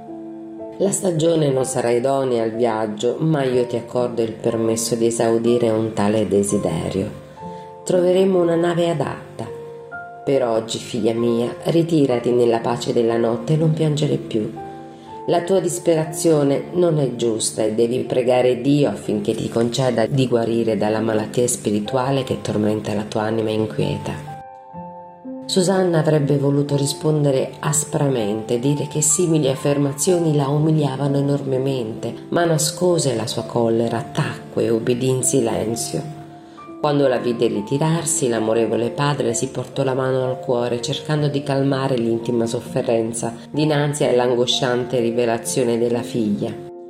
La stagione non sarà idonea al viaggio, ma io ti accordo il permesso di esaudire un tale desiderio. Troveremo una nave adatta. Per oggi, figlia mia, ritirati nella pace della notte e non piangere più. La tua disperazione non è giusta e devi pregare Dio affinché ti conceda di guarire dalla malattia spirituale che tormenta la tua anima inquieta». Susanna avrebbe voluto rispondere aspramente, dire che simili affermazioni la umiliavano enormemente, ma nascose la sua collera, tacque e obbedì in silenzio. Quando la vide ritirarsi, l'amorevole padre si portò la mano al cuore, cercando di calmare l'intima sofferenza dinanzi all'angosciante rivelazione della figlia.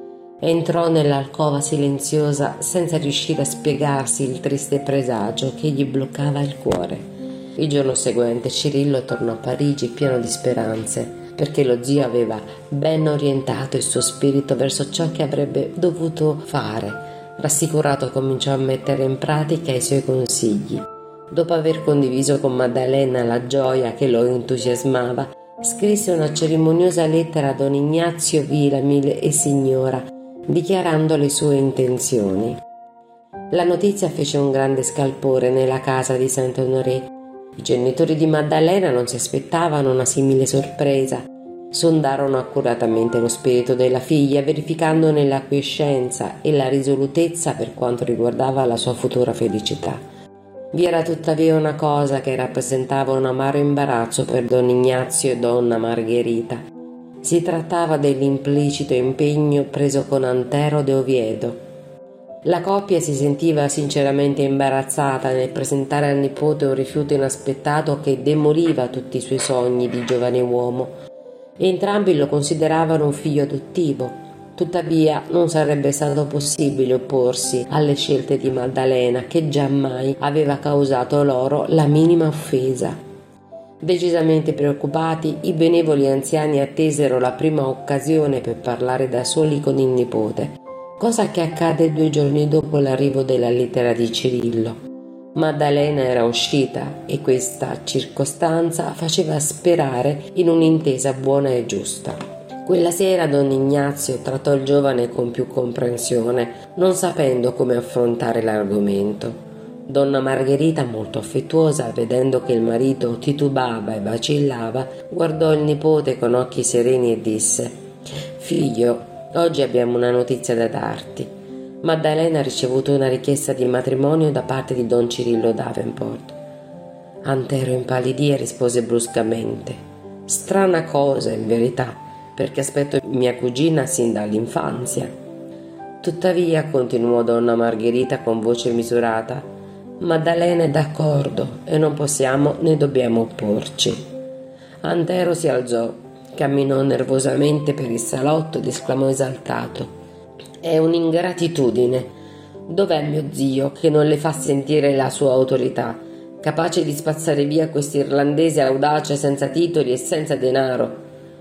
Entrò nell'alcova silenziosa senza riuscire a spiegarsi il triste presagio che gli bloccava il cuore. Il giorno seguente Cirillo tornò a Parigi pieno di speranze, perché lo zio aveva ben orientato il suo spirito verso ciò che avrebbe dovuto fare. Rassicurato, cominciò a mettere in pratica i suoi consigli. Dopo aver condiviso con Maddalena la gioia che lo entusiasmava, scrisse una cerimoniosa lettera a don Ignazio Vilamil e signora, dichiarando le sue intenzioni. La notizia fece un grande scalpore nella casa di Saint-Honoré. I genitori di Maddalena non si aspettavano una simile sorpresa. Sondarono accuratamente lo spirito della figlia, verificandone l'acquiescenza e la risolutezza per quanto riguardava la sua futura felicità. Vi era tuttavia una cosa che rappresentava un amaro imbarazzo per don Ignazio e donna Margherita. Si trattava dell'implicito impegno preso con Antero de Oviedo. La coppia si sentiva sinceramente imbarazzata nel presentare al nipote un rifiuto inaspettato che demoliva tutti i suoi sogni di giovane uomo. Entrambi lo consideravano un figlio adottivo, tuttavia non sarebbe stato possibile opporsi alle scelte di Maddalena, che giammai aveva causato loro la minima offesa. Decisamente preoccupati, i benevoli anziani attesero la prima occasione per parlare da soli con il nipote, cosa che accade due giorni dopo l'arrivo della lettera di Cirillo. Maddalena era uscita e questa circostanza faceva sperare in un'intesa buona e giusta. Quella sera don Ignazio trattò il giovane con più comprensione, non sapendo come affrontare l'argomento. Donna Margherita, molto affettuosa, vedendo che il marito titubava e vacillava, guardò il nipote con occhi sereni e disse: «Figlio, oggi abbiamo una notizia da darti». Maddalena ha ricevuto una richiesta di matrimonio da parte di don Cirillo Davenport. Antero impallidì e rispose bruscamente: «Strana cosa, in verità, perché aspetto mia cugina sin dall'infanzia». Tuttavia, continuò donna Margherita con voce misurata, Maddalena è d'accordo e non possiamo né dobbiamo opporci. Antero si alzò, camminò nervosamente per il salotto ed esclamò esaltato: «È un'ingratitudine. Dov'è mio zio che non le fa sentire la sua autorità, capace di spazzare via quest'irlandese audace senza titoli e senza denaro?»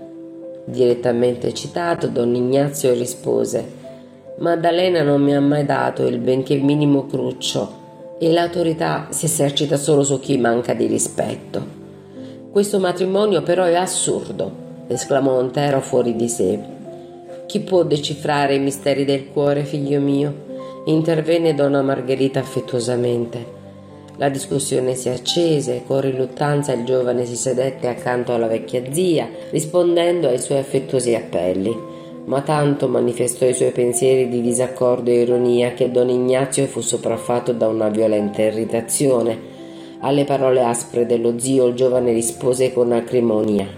Direttamente eccitato, don Ignazio rispose: «Maddalena non mi ha mai dato il benché minimo cruccio e l'autorità si esercita solo su chi manca di rispetto». «Questo matrimonio però è assurdo», esclamò Antero fuori di sé. «Chi può decifrare i misteri del cuore, figlio mio?» intervenne donna Margherita affettuosamente. La discussione si accese e con riluttanza il giovane si sedette accanto alla vecchia zia, rispondendo ai suoi affettuosi appelli, ma tanto manifestò i suoi pensieri di disaccordo e ironia che don Ignazio fu sopraffatto da una violenta irritazione. Alle parole aspre dello zio il giovane rispose con acrimonia: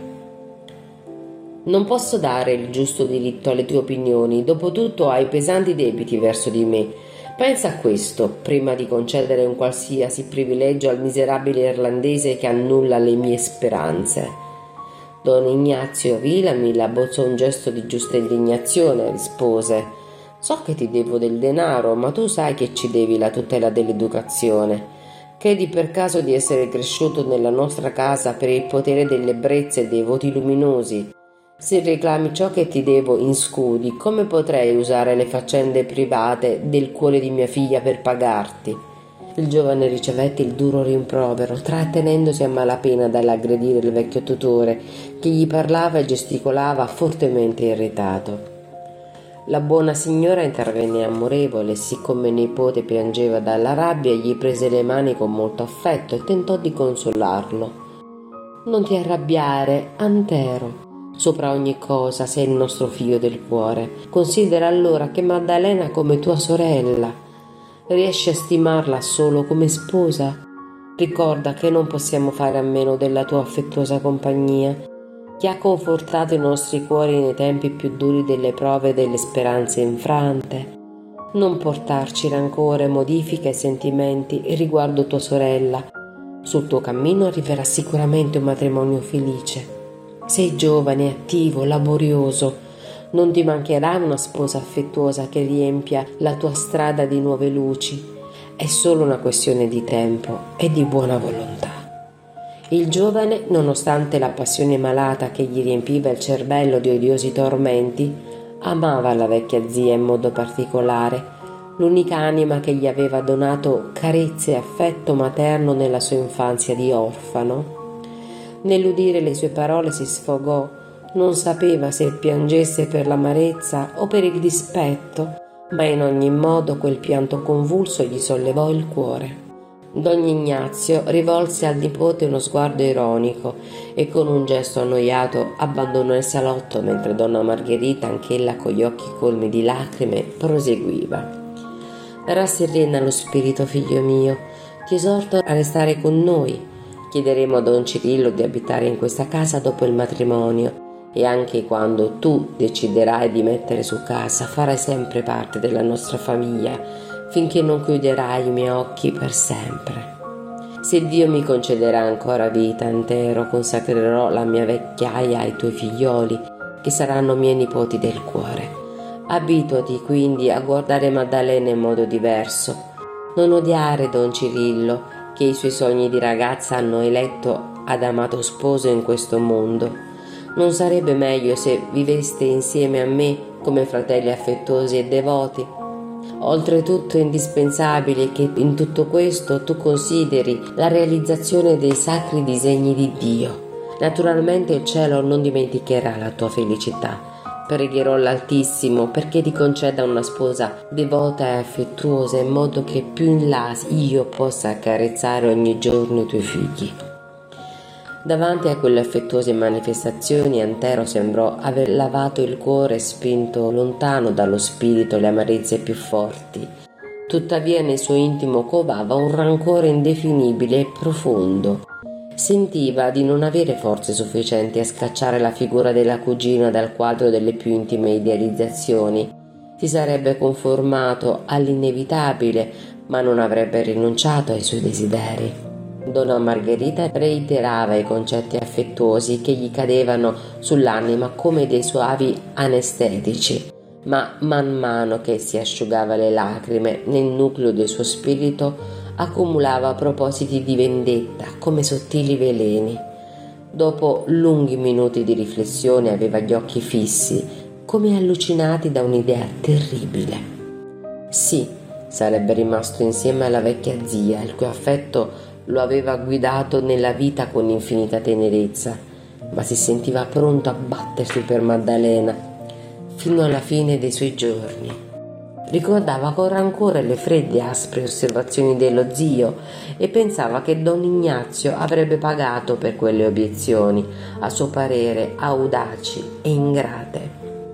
«Non posso dare il giusto diritto alle tue opinioni, dopotutto hai pesanti debiti verso di me. Pensa a questo, prima di concedere un qualsiasi privilegio al miserabile irlandese che annulla le mie speranze». Don Ignazio Vilamil abbozzò un gesto di giusta indignazione e rispose: «So che ti devo del denaro, ma tu sai che ci devi la tutela dell'educazione. Credi per caso di essere cresciuto nella nostra casa per il potere dell'ebbrezza e dei voti luminosi? Se reclami ciò che ti devo in scudi, come potrei usare le faccende private del cuore di mia figlia per pagarti?» Il giovane ricevette il duro rimprovero, trattenendosi a malapena dall'aggredire il vecchio tutore, che gli parlava e gesticolava fortemente irritato. La buona signora intervenne amorevole e, siccome il nipote piangeva dalla rabbia, gli prese le mani con molto affetto e tentò di consolarlo. «Non ti arrabbiare, Antero. Sopra ogni cosa sei il nostro figlio del cuore. Considera allora che Maddalena come tua sorella. Riesci a stimarla solo come sposa? Ricorda che non possiamo fare a meno della tua affettuosa compagnia, che ha confortato i nostri cuori nei tempi più duri delle prove e delle speranze infrante. Non portarci rancore, modifiche e sentimenti riguardo tua sorella. Sul tuo cammino arriverà sicuramente un matrimonio felice. Sei giovane, attivo, laborioso. Non ti mancherà una sposa affettuosa che riempia la tua strada di nuove luci. È solo una questione di tempo e di buona volontà. Il giovane, nonostante la passione malata che gli riempiva il cervello di odiosi tormenti, amava la vecchia zia in modo particolare, l'unica anima che gli aveva donato carezze e affetto materno nella sua infanzia di orfano. Nell'udire le sue parole si sfogò, non sapeva se piangesse per l'amarezza o per il dispetto, ma in ogni modo quel pianto convulso gli sollevò il cuore. Don Ignazio rivolse al nipote uno sguardo ironico e con un gesto annoiato abbandonò il salotto mentre donna Margherita, anch'ella con gli occhi colmi di lacrime, proseguiva. Rasserena lo spirito, figlio mio, ti esorto a restare con noi. Chiederemo a don Cirillo di abitare in questa casa dopo il matrimonio e anche quando tu deciderai di mettere su casa farai sempre parte della nostra famiglia finché non chiuderai i miei occhi per sempre. Se Dio mi concederà ancora vita intero, consacrerò la mia vecchiaia ai tuoi figlioli, che saranno miei nipoti del cuore. Abituati quindi a guardare Maddalena in modo diverso. Non odiare don Cirillo, che i suoi sogni di ragazza hanno eletto ad amato sposo in questo mondo. Non sarebbe meglio se viveste insieme a me come fratelli affettuosi e devoti? Oltretutto è indispensabile che in tutto questo tu consideri la realizzazione dei sacri disegni di Dio. Naturalmente il cielo non dimenticherà la tua felicità. Pregherò l'Altissimo perché ti conceda una sposa devota e affettuosa in modo che più in là io possa accarezzare ogni giorno i tuoi figli. Davanti a quelle affettuose manifestazioni Antero sembrò aver lavato il cuore e spinto lontano dallo spirito le amarezze più forti. Tuttavia nel suo intimo covava un rancore indefinibile e profondo. Sentiva di non avere forze sufficienti a scacciare la figura della cugina dal quadro delle più intime idealizzazioni. Si sarebbe conformato all'inevitabile, ma non avrebbe rinunciato ai suoi desideri. Donna Margherita reiterava i concetti affettuosi che gli cadevano sull'anima come dei soavi anestetici, ma man mano che si asciugava le lacrime nel nucleo del suo spirito accumulava propositi di vendetta come sottili veleni. Dopo lunghi minuti di riflessione aveva gli occhi fissi, come allucinati da un'idea terribile. Sì, sarebbe rimasto insieme alla vecchia zia, il cui affetto lo aveva guidato nella vita con infinita tenerezza, ma si sentiva pronto a battersi per Maddalena fino alla fine dei suoi giorni. Ricordava con rancore le fredde e aspre osservazioni dello zio e pensava che don Ignazio avrebbe pagato per quelle obiezioni, a suo parere audaci e ingrate.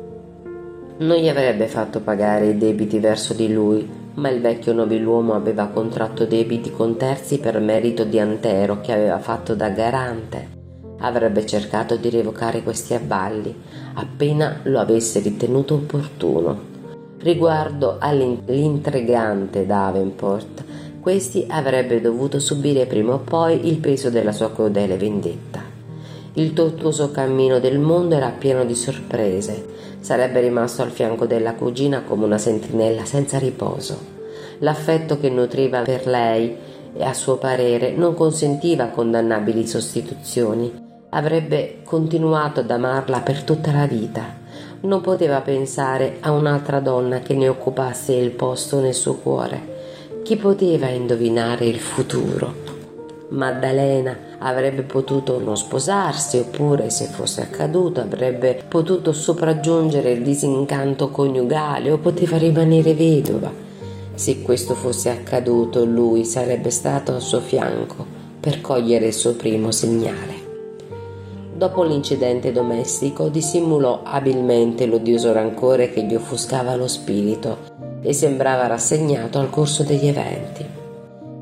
Non gli avrebbe fatto pagare i debiti verso di lui, ma il vecchio nobiluomo aveva contratto debiti con terzi per merito di Antero che aveva fatto da garante. Avrebbe cercato di revocare questi avalli appena lo avesse ritenuto opportuno. Riguardo all'intrigante Davenport, questi avrebbe dovuto subire prima o poi il peso della sua crudele vendetta. Il tortuoso cammino del mondo era pieno di sorprese. Sarebbe rimasto al fianco della cugina come una sentinella senza riposo. L'affetto che nutriva per lei e a suo parere non consentiva condannabili sostituzioni. Avrebbe continuato ad amarla per tutta la vita. Non poteva pensare a un'altra donna che ne occupasse il posto nel suo cuore. Chi poteva indovinare il futuro? Maddalena avrebbe potuto non sposarsi, oppure, se fosse accaduto, avrebbe potuto sopraggiungere il disincanto coniugale o poteva rimanere vedova. Se questo fosse accaduto, lui sarebbe stato al suo fianco per cogliere il suo primo segnale. Dopo l'incidente domestico dissimulò abilmente l'odioso rancore che gli offuscava lo spirito e sembrava rassegnato al corso degli eventi.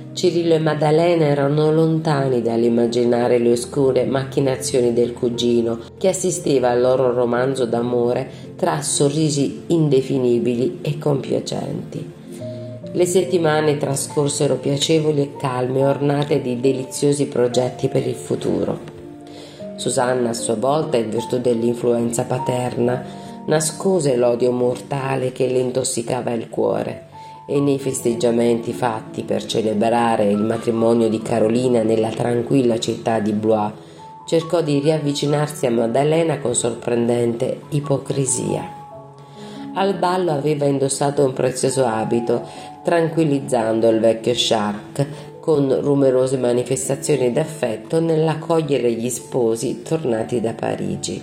Cirillo e Maddalena erano lontani dall'immaginare le oscure macchinazioni del cugino, che assisteva al loro romanzo d'amore tra sorrisi indefinibili e compiacenti. Le settimane trascorsero piacevoli e calme, ornate di deliziosi progetti per il futuro. Susanna, a sua volta, in virtù dell'influenza paterna, nascose l'odio mortale che le intossicava il cuore, e nei festeggiamenti fatti per celebrare il matrimonio di Carolina nella tranquilla città di Blois, cercò di riavvicinarsi a Maddalena con sorprendente ipocrisia. Al ballo aveva indossato un prezioso abito, tranquillizzando il vecchio Jacques con numerose manifestazioni d'affetto nell'accogliere gli sposi tornati da Parigi.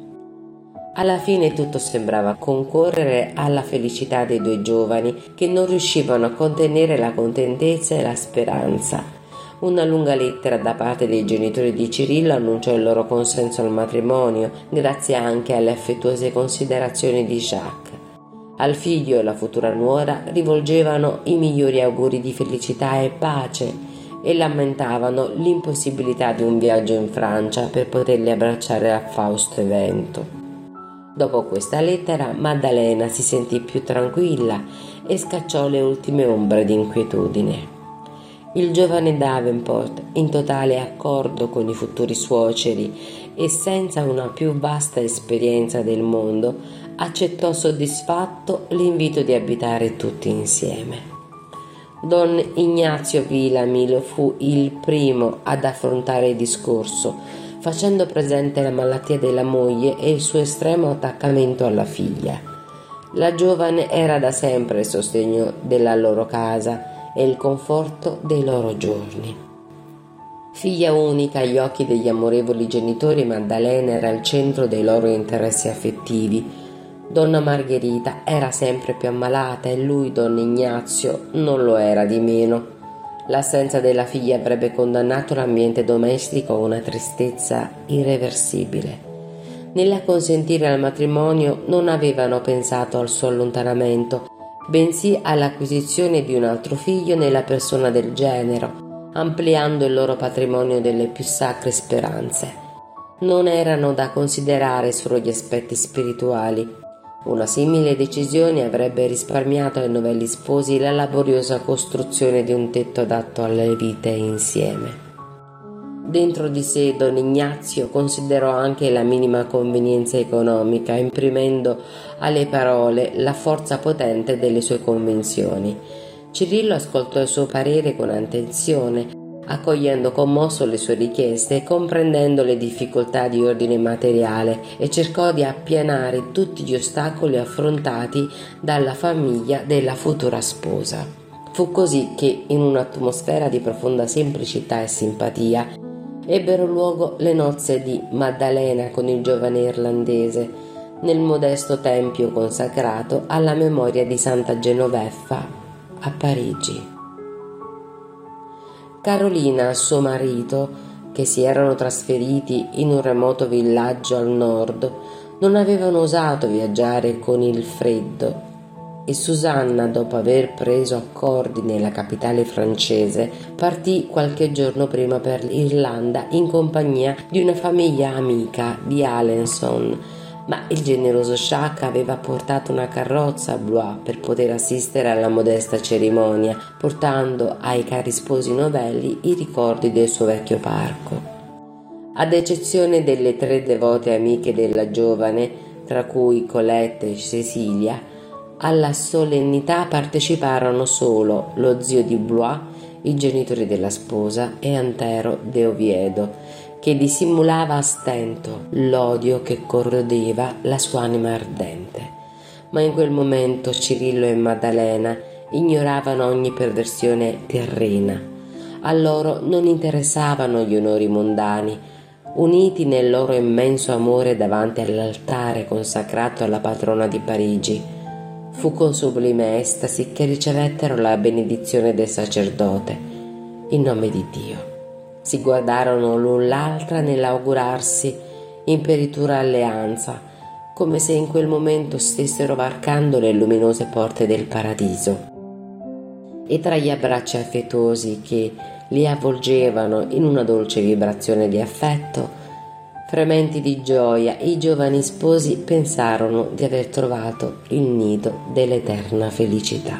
Alla fine tutto sembrava concorrere alla felicità dei due giovani, che non riuscivano a contenere la contentezza e la speranza. Una lunga lettera da parte dei genitori di Cirillo annunciò il loro consenso al matrimonio, grazie anche alle affettuose considerazioni di Jacques. Al figlio e alla futura nuora rivolgevano i migliori auguri di felicità e pace e lamentavano l'impossibilità di un viaggio in Francia per poterli abbracciare al fausto evento. Dopo questa lettera Maddalena si sentì più tranquilla e scacciò le ultime ombre di inquietudine. Il giovane Davenport, in totale accordo con i futuri suoceri e senza una più vasta esperienza del mondo, accettò soddisfatto l'invito di abitare tutti insieme. Don Ignazio Villamil fu il primo ad affrontare il discorso, facendo presente la malattia della moglie e il suo estremo attaccamento alla figlia. La giovane era da sempre il sostegno della loro casa e il conforto dei loro giorni. Figlia unica agli occhi degli amorevoli genitori, Maddalena era al centro dei loro interessi affettivi. Donna Margherita era sempre più ammalata e lui, don Ignazio, non lo era di meno. L'assenza della figlia avrebbe condannato l'ambiente domestico a una tristezza irreversibile. Nell'acconsentire al matrimonio non avevano pensato al suo allontanamento, bensì all'acquisizione di un altro figlio nella persona del genero, ampliando il loro patrimonio delle più sacre speranze. Non erano da considerare solo gli aspetti spirituali. Una simile decisione avrebbe risparmiato ai novelli sposi la laboriosa costruzione di un tetto adatto alle vite insieme. Dentro di sé don Ignazio considerò anche la minima convenienza economica, imprimendo alle parole la forza potente delle sue convinzioni. Cirillo ascoltò il suo parere con attenzione, accogliendo commosso le sue richieste e comprendendo le difficoltà di ordine materiale, e cercò di appianare tutti gli ostacoli affrontati dalla famiglia della futura sposa. Fu così che, in un'atmosfera di profonda semplicità e simpatia, ebbero luogo le nozze di Maddalena con il giovane irlandese nel modesto tempio consacrato alla memoria di Santa Genoveffa a Parigi. Carolina e suo marito, che si erano trasferiti in un remoto villaggio al nord, non avevano osato viaggiare con il freddo, e Susanna, dopo aver preso accordi nella capitale francese, partì qualche giorno prima per l'Irlanda in compagnia di una famiglia amica di Alençon, ma il generoso Jacques aveva portato una carrozza a Blois per poter assistere alla modesta cerimonia, portando ai cari sposi novelli i ricordi del suo vecchio parco. Ad eccezione delle tre devote amiche della giovane, tra cui Colette e Cecilia, alla solennità parteciparono solo lo zio di Blois, i genitori della sposa, e Antero de Oviedo, che dissimulava a stento l'odio che corrodeva la sua anima ardente. Ma in quel momento Cirillo e Maddalena ignoravano ogni perversione terrena. A loro non interessavano gli onori mondani. Uniti nel loro immenso amore davanti all'altare consacrato alla patrona di Parigi, fu con sublime estasi che ricevettero la benedizione del sacerdote, in nome di Dio. Si guardarono l'un l'altra nell'augurarsi imperitura alleanza, come se in quel momento stessero varcando le luminose porte del paradiso. e tra gli abbracci affettuosi che li avvolgevano in una dolce vibrazione di affetto, frementi di gioia, i giovani sposi pensarono di aver trovato il nido dell'eterna felicità.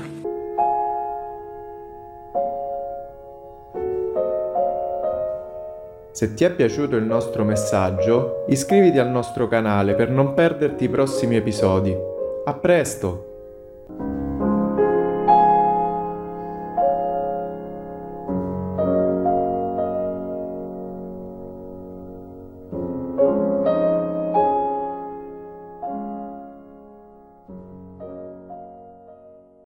Se ti è piaciuto il nostro messaggio, iscriviti al nostro canale per non perderti i prossimi episodi. A presto!